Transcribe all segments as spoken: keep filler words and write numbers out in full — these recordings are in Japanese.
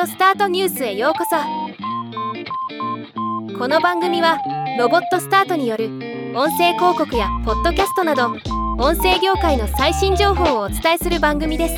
オスタートニュースへようこそ。この番組はロボットスタートによる音声広告やポッドキャストなど音声業界の最新情報をお伝えする番組です。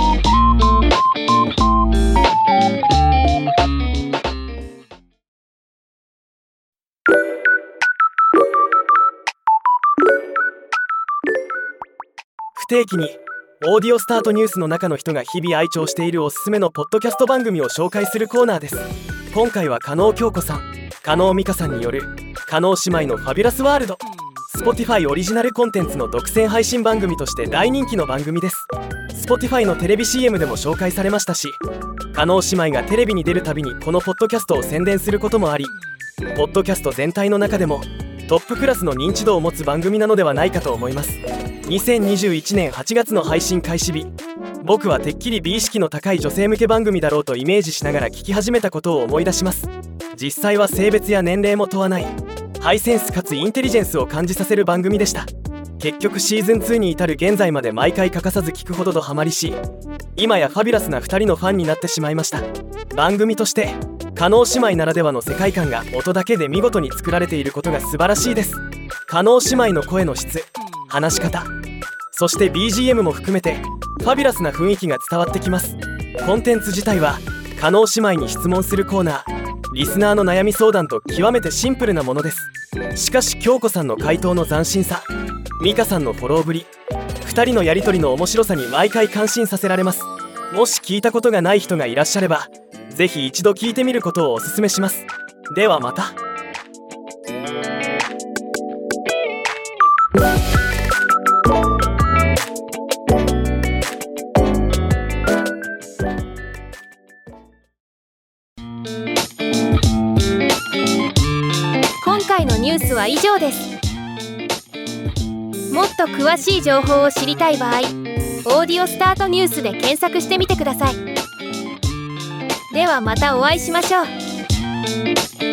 不定期にオーディオスタートニュースの中の人が日々愛聴しているおすすめのポッドキャスト番組を紹介するコーナーです。今回は加納京子さん、加納美香さんによる加納姉妹のファビュラスワールド、 Spotify オリジナルコンテンツの独占配信番組として大人気の番組です。 Spotify のテレビ シーエム でも紹介されましたし、加納姉妹がテレビに出るたびにこのポッドキャストを宣伝することもあり、ポッドキャスト全体の中でもトップクラスの認知度を持つ番組なのではないかと思います。にせんにじゅういちねんはちがつの配信開始日、僕はてっきり美意識の高い女性向け番組だろうとイメージしながら聞き始めたことを思い出します。実際は性別や年齢も問わないハイセンスかつインテリジェンスを感じさせる番組でした。結局シーズンツーに至る現在まで毎回欠かさず聞くほどドハマりし、今やファビュラスなふたりのファンになってしまいました。番組として加納姉妹ならではの世界観が音だけで見事に作られていることが素晴らしいです。加納姉妹の声の質、話し方、そして ビージーエム も含めてファビュラスな雰囲気が伝わってきます。コンテンツ自体は加納姉妹に質問するコーナー、リスナーの悩み相談と極めてシンプルなものです。しかし京子さんの回答の斬新さ、美香さんのフォローぶり、ふたりのやりとりの面白さに毎回感心させられます。もし聞いたことがない人がいらっしゃればぜひ一度聞いてみることをお勧めします。ではまた。 今回のニュースは以上です。もっと詳しい情報を知りたい場合、オーディオスタートニュースで検索してみてください。ではまたお会いしましょう。